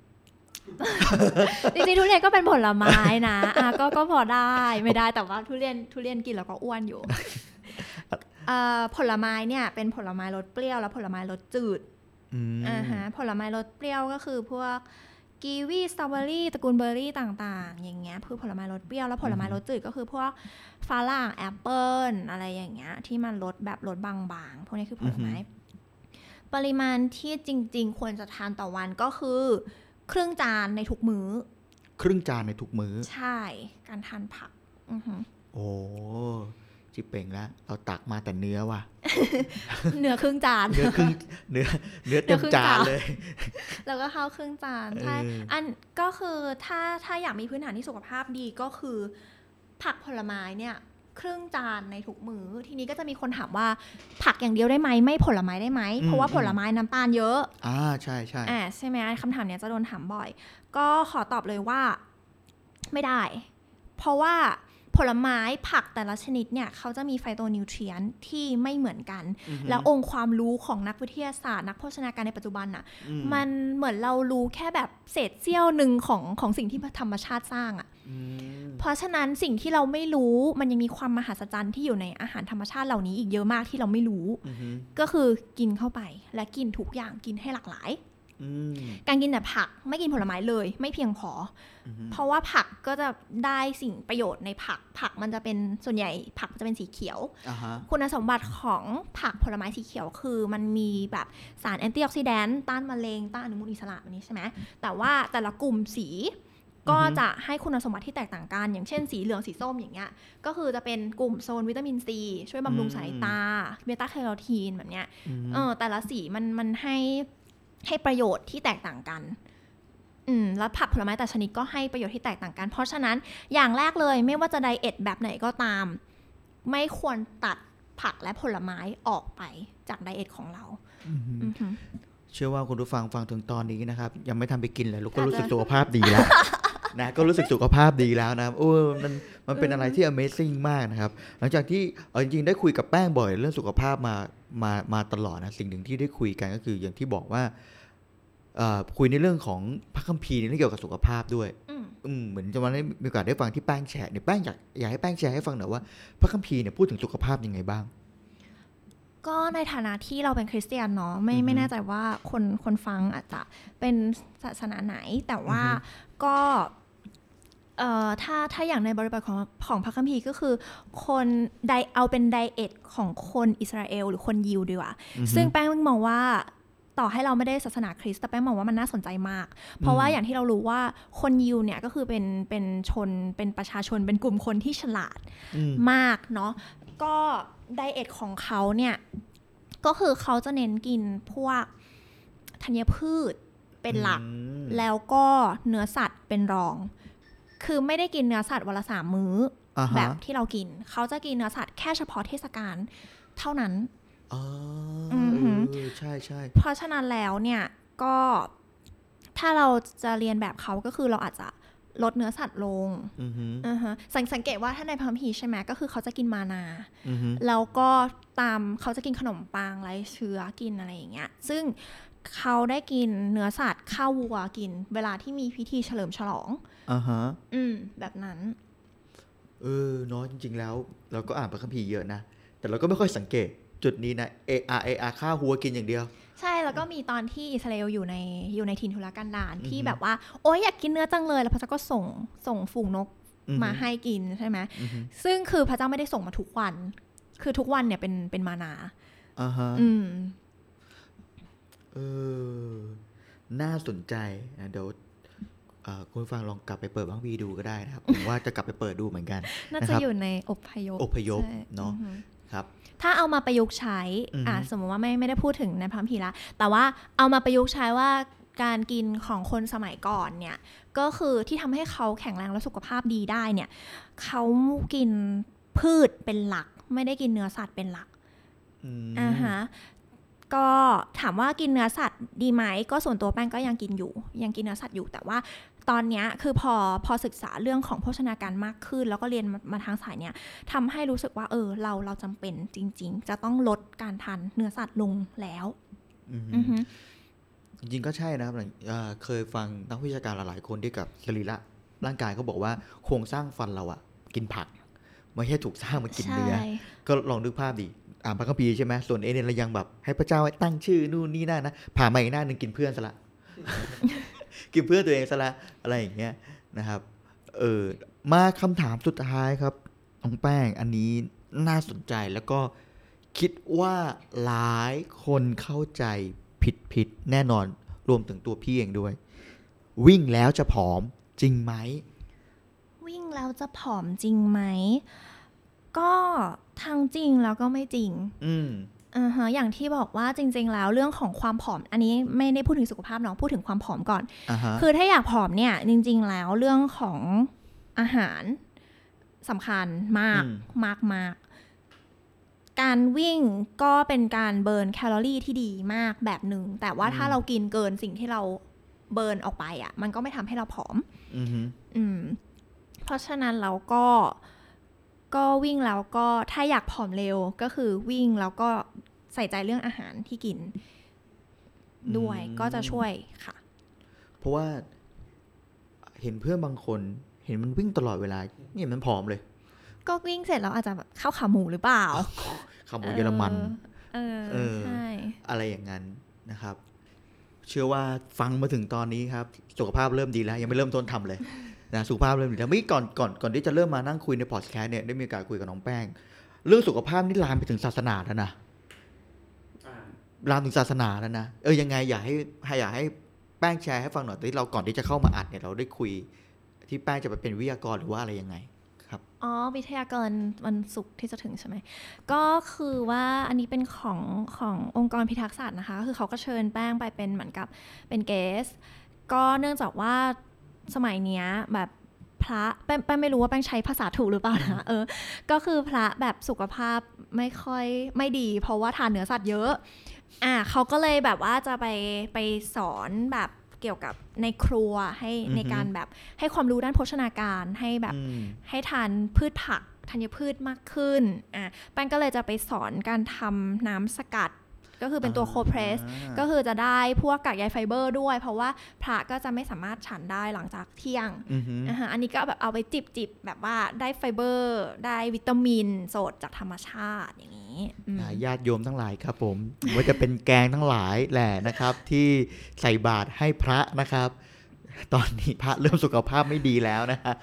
จริงๆทุเรียนก็เป็นผลไม้นะก็พอได้ไม่ได้แต่ว่าทุเรียนกินแล้วก็อ้วนอยู่ผลไม้เนี่ยเป็นผลไม้รสเปรี้ยวและผลไม้รสจืดผลไม้รสเปรี้ยวก็คือพวกกีวีสตรอเบอรี่ตระกูลเบอร์รี่ต่างๆอย่างเงี้ยคือผลไม้รสเปรี้ยวแล้วผลไม้รสจืดก็คือพวกฝรั่งแอปเปิ้ลอะไรอย่างเงี้ยที่มันรสแบบรสบางๆพวกนี้คือผลไม้ปริมาณที่จริงๆควรจะทานต่อวันก็คือครึ่งจานในทุกมื้อครึ่งจานในทุกมื้อใช่การทานผักโอ้จิเป่งแล้วเราตักมาแต่เนื้อว่ะเนื้อครึ่งจานเนื้อเต็มจานเลยแล้วก็ข้าวครึ่งจานใช่อันก็คือถ้าอยากมีพื้นฐานที่สุขภาพดีก็คือผักผลไม้เนี่ยครึ่งจานในทุกมื้อทีนี้ก็จะมีคนถามว่าผักอย่างเดียวได้ไหมไม่ผลไม้ได้ไหมเพราะว่าผลไม้น้ำตาลเยอะใช่ใช่ใช่ไหมคำถามเนี้ยจะโดนถามบ่อยก็ขอตอบเลยว่าไม่ได้เพราะว่าผลไม้ผักแต่ละชนิดเนี่ยเขาจะมีไฟโตนิวเทรียนต์ที่ไม่เหมือนกันแล้วองค์ความรู้ของนักวิทยาศาสตร์นักโภชนาการในปัจจุบันน่ะมันเหมือนเรารู้แค่แบบเศษเสี้ยวหนึ่งของสิ่งที่ธรรมชาติสร้างอ่ะเพราะฉะนั้นสิ่งที่เราไม่รู้มันยังมีความมหัศจรรย์ที่อยู่ในอาหารธรรมชาติเหล่านี้อีกเยอะมากที่เราไม่รู้ก็คือกินเข้าไปและกินทุกอย่างกินให้หลากหลายการกินแต่ผักไม่กินผลไม้เลยไม่เพียงพอเพราะว่าผักก็จะได้สิ่งประโยชน์ในผักมันจะเป็นส่วนใหญ่ผักจะเป็นสีเขียวคุณสมบัติของผักผลไม้สีเขียวคือมันมีแบบสารแอนตี้ออกซิแดนต์ต้านมะเร็งต้านอนุมูลอิสระแบบนี้ใช่ไหมแต่ว่าแต่ละกลุ่มสีก็จะให้คุณสมบัติที่แตกต่างกันอย่างเช่นสีเหลืองสีส้มอย่างเงี้ยก็คือจะเป็นกลุ่มโซนวิตามินซีช่วยบำรุงสายตาเบต้าแคโรทีนแบบเนี้ยแต่ละสีมันให้ประโยชน์ที่แตกต่างกันแล้วผักผลไม้แต่ชนิดก็ให้ประโยชน์ที่แตกต่างกันเพราะฉะนั้นอย่างแรกเลยไม่ว่าจะไดเอทแบบไหนก็ตามไม่ควรตัดผักและผลไม้ออกไปจากไดเอทของเราเชื่อว่าคุณผู้ฟังฟังถึงตอนนี้นะครับยังไม่ทำไปกินเลยลูกก็รู้สึกสุขภาพดีแล้ว นะก็รู้สึกสุขภาพดีแล้วนะมันเป็นอะไรที่ Amazing มากนะครับหลังจากที่จริงๆได้คุยกับแป้งบ่อยเรื่องสุขภาพมาตลอดนะสิ่งหนึ่งที่ได้คุยกันก็คืออย่างที่บอกว่าคุยในเรื่องของพระคัมภีร์ในเรื่องเกี่ยวกับสุขภาพด้วยเหมือนจะมาได้มีโอกาสได้ฟังที่แป้งแชร์เนี่ยแป้งอยากให้แป้งแชร์ให้ฟังหน่อยว่าพระคัมภีร์เนี่ยพูดถึงสุขภาพยังไงบ้างก็ในฐานะที่เราเป็นคริสเตียนเนาะไม่แน่ใจว่าคนฟังอาจจะเป็นศาสนาไหนแต่ว่าก็ถ้าอย่างในบริบทของพระคัมภีร์ก็คือคนเอาเป็นไดเอทของคนอิสราเอลหรือคนยิวดีกว่าซึ่งแป้งมองว่าต่อให้เราไม่ได้ศาสนาคริสต์แต่แป้งมองว่ามันน่าสนใจมากเพราะว่าอย่างที่เรารู้ว่าคนยิวเนี่ยก็คือเป็นชนเป็นประชาชนเป็นกลุ่มคนที่ฉลาดมากเนาะก็ไดเอทของเขาเนี่ยก็คือเขาจะเน้นกินพวกธัญพืชเป็นหลักแล้วก็เนื้อสัตว์เป็นรองคือไม่ได้กินเนื้อสัตว์วันละ3 มื้อ แบบที่เรากินเขาจะกินเนื้อสัตว์แค่เฉพาะเทศกาลเท่านั้นใช่ใช่เพราะฉะนั้นแล้วเนี่ยก็ถ้าเราจะเรียนแบบเขาก็คือเราอาจจะลดเนื้อสัตว์ลงสังเกตว่าถ้าในพระคัมภีร์ใช่ไหมก็คือเขาจะกินมานาแล้วก็ตามเขาจะกินขนมปังไร้เชื้อกินอะไรอย่างเงี้ยซึ่งเขาได้กินเนื้อสัตว์ข้าววัวกินเวลาที่มีพิธีเฉลิมฉลองแบบนั้นน้อยจริงๆแล้วเราก็อ่านพระคัมภีร์เยอะนะแต่เราก็ไม่ค่อยสังเกตจุดนี้นะข้าววัวกินอย่างเดียวใช่แล้วก็มีตอนที่อิสราเอลอยู่ในถิ่นทุรกันดารที่แบบว่าโอ๊ยอยากกินเนื้อจังเลยแล้วพระเจ้าก็ส่งฝูงนกมาให้กินใช่ไหมซึ่งคือพระเจ้าไม่ได้ส่งมาทุกวันคือทุกวันเนี่ยเป็นมานาน่าสนใจนะเดี๋ยวคุณฟังลองกลับไปเปิดบางวีดูก็ได้นะครับผมว่าจะกลับไปเปิดดูเหมือนกันน่าจะอยู่ในอพยพเนาะครับถ้าเอามาประยุกต์ใช้สมมติว่าไม่ได้พูดถึงในพระคัมภีร์ละแต่ว่าเอามาประยุกต์ใช้ว่าการกินของคนสมัยก่อนเนี่ยก็คือที่ทำให้เขาแข็งแรงและสุขภาพดีได้เนี่ยเขากินพืชเป็นหลักไม่ได้กินเนื้อสัตว์เป็นหลักก็ถามว่ากินเนื้อสัตว์ดีไหมก็ส่วนตัวแป้งก็ยังกินเนื้อสัตว์อยู่แต่ว่าตอนนี้คือพอศึกษาเรื่องของโภชนาการมากขึ้นแล้วก็เรียนมาทางสายเนี้ยทำให้รู้สึกว่าเราจำเป็นจริงๆจะต้องลดการทานเนื้อสัตว์ลงแล้วจริงๆก็ใช่นะครับเคยฟังนักวิชาการหลายๆคนที่กับสรีระร่างกายเขาบอกว่าโครงสร้างฟันเราอ่ะกินผักไม่ใช่ถูกสร้างมากินเนื้อก็ลองนึกภาพดิอ่านพระคัมภีร์ใช่ไหมส่วนเนี่ยเรายังแบบให้พระเจ้าตั้งชื่อนู่นนี่นั่นนะผ่ามาอีกหน้านึงกินเพื่อนซะละ กินเพื่อนตัวเองซะละอะไรอย่างเงี้ยนะครับมาคำถามสุดท้ายครับน้องแป้งอันนี้น่าสนใจแล้วก็คิดว่าหลายคนเข้าใจผิดแน่นอนรวมถึงตัวพี่เองด้วยวิ่งแล้วจะผอมจริงไหมวิ่งแล้วจะผอมจริงไหมก็ทั้งจริงแล้วก็ไม่จริงอย่างที่บอกว่าจริงๆแล้วเรื่องของความผอมอันนี้ไม่ได้พูดถึงสุขภาพเนาะพูดถึงความผอมก่อนคือถ้าอยากผอมเนี่ยจริงๆแล้วเรื่องของอาหารสำคัญมากการวิ่งก็เป็นการเบิร์นแคลอรี่ที่ดีมากแบบหนึ่งแต่ว่าถ้าเรากินเกินสิ่งที่เราเบิร์นออกไปอ่ะมันก็ไม่ทำให้เราผอมเพราะฉะนั้นเราก็วิ่งแล้วก็ถ้าอยากผอมเร็วก็คือวิ่งแล้วก็ใส่ใจเรื่องอาหารที่กินด้วยก็จะช่วยค่ะเพราะว่าเห็นเพื่อนบางคนเห็นมันวิ่งตลอดเวลาเนี่ยมันผอมเลยก็วิ่งเสร็จแล้วอาจจะแบบข้าวขาหมูหรือเปล่าขาหมูเยอรมันใช่อะไรอย่างนั้นนะครับเชื่อว่าฟังมาถึงตอนนี้ครับสุขภาพเริ่มดีแล้วยังไม่เริ่มต้นทำเลยนะสุขภาพเริ่มดีแล้วเมื่อกี้ก่อนที่จะเริ่มมานั่งคุยในพอดแคสต์เนี่ยได้มีโอกาสคุยกับน้องแป้งเรื่องสุขภาพนี่ลามไปถึงศาสนาแล้วนะลามถึงศาสนาแล้วนะยังไงอยากให้แป้งแชร์ให้ฟังหน่อยที่เราก่อนที่จะเข้ามาอัดเนี่ยเราได้คุยที่แป้งจะไปเป็นวิทยากรหรือว่าอะไรยังไงครับวิทยากรวันศุกร์ที่จะถึงใช่ไหมก็คือว่าอันนี้เป็นขององค์กรพิทักษ์สัตว์นะคะคือเขาก็เชิญแป้งไปเป็นเหมือนกับเป็นเกสก็เนื่องจากว่าสมัยเนี้ยแบบพระแป้งไม่รู้ว่าแป้งใช้ภาษาถูกหรือเปล่านะก็คือพระแบบสุขภาพไม่ค่อยไม่ดีเพราะว่าทานเนื้อสัตว์เยอะเขาก็เลยแบบว่าจะไปสอนแบบเกี่ยวกับในครัวให้ในการแบบให้ความรู้ด้านโภชนาการให้แบบให้ทานพืชผักธัญพืชมากขึ้นแป้งก็เลยจะไปสอนการทำน้ำสกัดก็คือเป็นตัวโคเพรสก็คือจะได้พวกกากใยไฟเบอร์ด้วยเพราะว่าพระก็จะไม่สามารถฉันได้หลังจากเที่ยงอันนี้ก็แบบเอาไปจิบแบบว่าได้ไฟเบอร์ได้วิตามินสดจากธรรมชาติอย่างนี้ญาติโยมทั้งหลายครับผมว่าจะเป็นแกงทั้งหลายแหละนะครับที่ใส่บาตรให้พระนะครับตอนนี้พระเริ่มสุขภาพไม่ดีแล้ว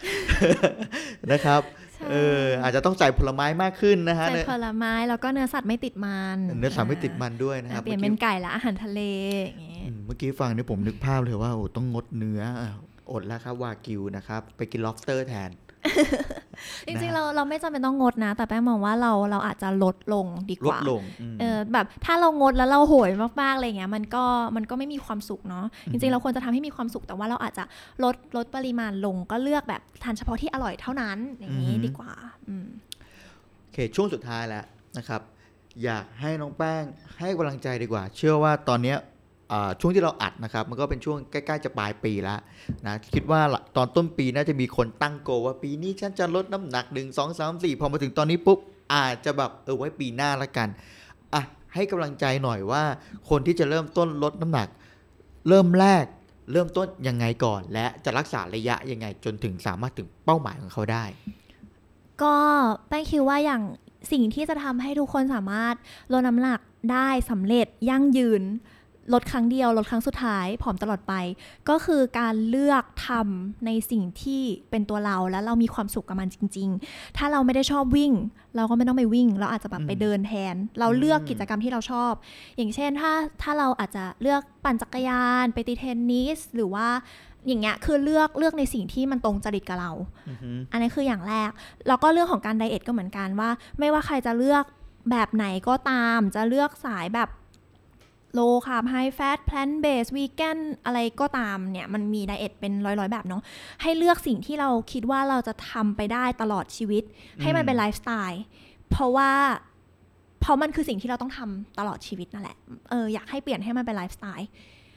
นะครับอาจจะต้องใส่ผลไม้มากขึ้นนะฮะใส่ผลไม้แล้วก็เนื้อสัตว์ไม่ติดมันเนื้อสัตว์ไม่ติดมันด้วยนะครับเปลี่ยนเป็นไก่และอาหารทะเลอย่างเงี้ยเมื่อกี้ฟังนี่ผมนึกภาพเลยว่าโอ้ต้องงดเนื้ออดแล้วครับวากิวนะครับไปกิน lobster แทนจริงๆเราไม่จำเป็นต้องงดนะแต่แป้งมองว่าเราอาจจะลดลงดีกว่าลดลงแบบถ้าเรางดแล้วเราโหยมากๆอะไรเงี้ยมันก็ไม่มีความสุขเนาะจริงๆเราควรจะทำให้มีความสุขแต่ว่าเราอาจจะลดปริมาณลงก็เลือกแบบทานเฉพาะที่อร่อยเท่านั้นอย่างนี้ดีกว่าโอเคช่วงสุดท้ายแล้วนะครับอยากให้น้องแป้งให้กำลังใจดีกว่าเชื่อว่าตอนนี้ช่วงที่เราอัดนะครับมันก็เป็นช่วงใกล้ๆจะปลายปีแล้วนะคิดว่าตอนต้นปีน่าจะมีคนตั้งโกว่าปีนี้ฉันจะลดน้ำหนัก1 2 3 4พอมาถึงตอนนี้ปุ๊บอาจจะแบบไว้ปีหน้าละกันให้กำลังใจหน่อยว่าคนที่จะเริ่มต้นลดน้ำหนักเริ่มต้นยังไงก่อนและจะรักษาระยะยังไงจนถึงสามารถถึงเป้าหมายของเขาได้ก็แป้งคิดว่าอย่างสิ่งที่จะทำให้ทุกคนสามารถลดน้ำหนักได้สำเร็จยั่งยืนลดครั้งเดียวลดครั้งสุดท้ายผอมตลอดไปก็คือการเลือกทำในสิ่งที่เป็นตัวเราแล้วเรามีความสุขกับมันจริงๆถ้าเราไม่ได้ชอบวิ่งเราก็ไม่ต้องไปวิ่งเราอาจจะแบบไปเดินแทนเราเลือกกิจกรรมที่เราชอบอย่างเช่นถ้าเราอาจจะเลือกปั่นจักรยานไปตีเทนนิสหรือว่าอย่างเงี้ยคือเลือกในสิ่งที่มันตรงจริตกับเราอันนี้คืออย่างแรกแล้วก็เรื่องของการไดเอทก็เหมือนกันว่าไม่ว่าใครจะเลือกแบบไหนก็ตามจะเลือกสายแบบโลคาร์บไฮแฟตแพลนท์เบสวีแกนอะไรก็ตามเนี่ยมันมีไดเอทเป็นร้อยๆแบบเนาะให้เลือกสิ่งที่เราคิดว่าเราจะทำไปได้ตลอดชีวิตให้มันเป็นไลฟ์สไตล์เพราะมันคือสิ่งที่เราต้องทำตลอดชีวิตนั่นแหละอยากให้เปลี่ยนให้มันเป็นไลฟ์สไตล์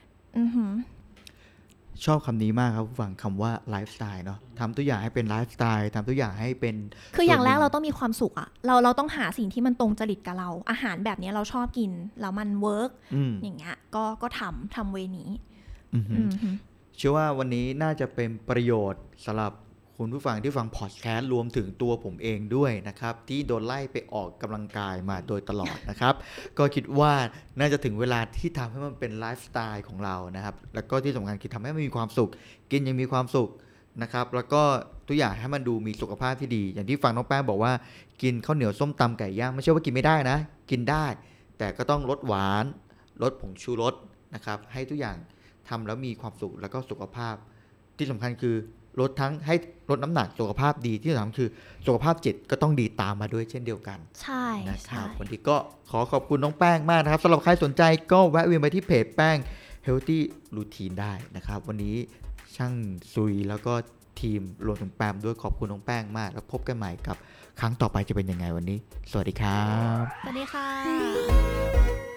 ชอบคำนี้มากครับฟังคำว่าไลฟ์สไตล์เนาะทำตัวอย่างให้เป็นไลฟ์สไตล์ทำตัวอย่างให้เป็นคืออย่างแรกเราต้องมีความสุขอะเราต้องหาสิ่งที่มันตรงจริตกับเราอาหารแบบนี้เราชอบกินแล้วมันเวิร์กอย่างเงี้ยก็ทำเวนี้เชื่อว่าวันนี้น่าจะเป็นประโยชน์สำหรับคุณผู้ฟังที่ฟังพอดแคสต์รวมถึงตัวผมเองด้วยนะครับที่โดนไล่ไปออกกำลังกายมาโดยตลอดนะครับก็คิดว่าน่าจะถึงเวลาที่ทำให้มันเป็นไลฟ์สไตล์ของเรานะครับแล้วก็ที่สำคัญคือทำให้มันมีความสุขกินยังมีความสุขนะครับแล้วก็ทุกอย่างให้มันดูมีสุขภาพที่ดีอย่างที่ฟังน้องแป้งบอกว่ากินข้าวเหนียวส้มตำไก่ย่างไม่ใช่ว่ากินไม่ได้นะกินได้แต่ก็ต้องลดหวานลดผงชูรสนะครับให้ทุกอย่างทำแล้วมีความสุขแล้วก็สุขภาพที่สำคัญคือลดทั้งให้ลดน้ำหนักสุขภาพดีที่สำคัญคือสุขภาพจิตก็ต้องดีตามมาด้วยเช่นเดียวกันใช่นะครับวันนี้ก็ขอบคุณน้องแป้งมากนะครับสำหรับใครสนใจก็แวะเวียนไปที่เพจแป้ง Healthy Routine ได้นะครับวันนี้ช่างซุยแล้วก็ทีมรวมถึงแปมด้วยขอบคุณน้องแป้งมากแล้วพบกันใหม่กับครั้งต่อไปจะเป็นยังไงวันนี้สวัสดีครับสวัสดีค่ะ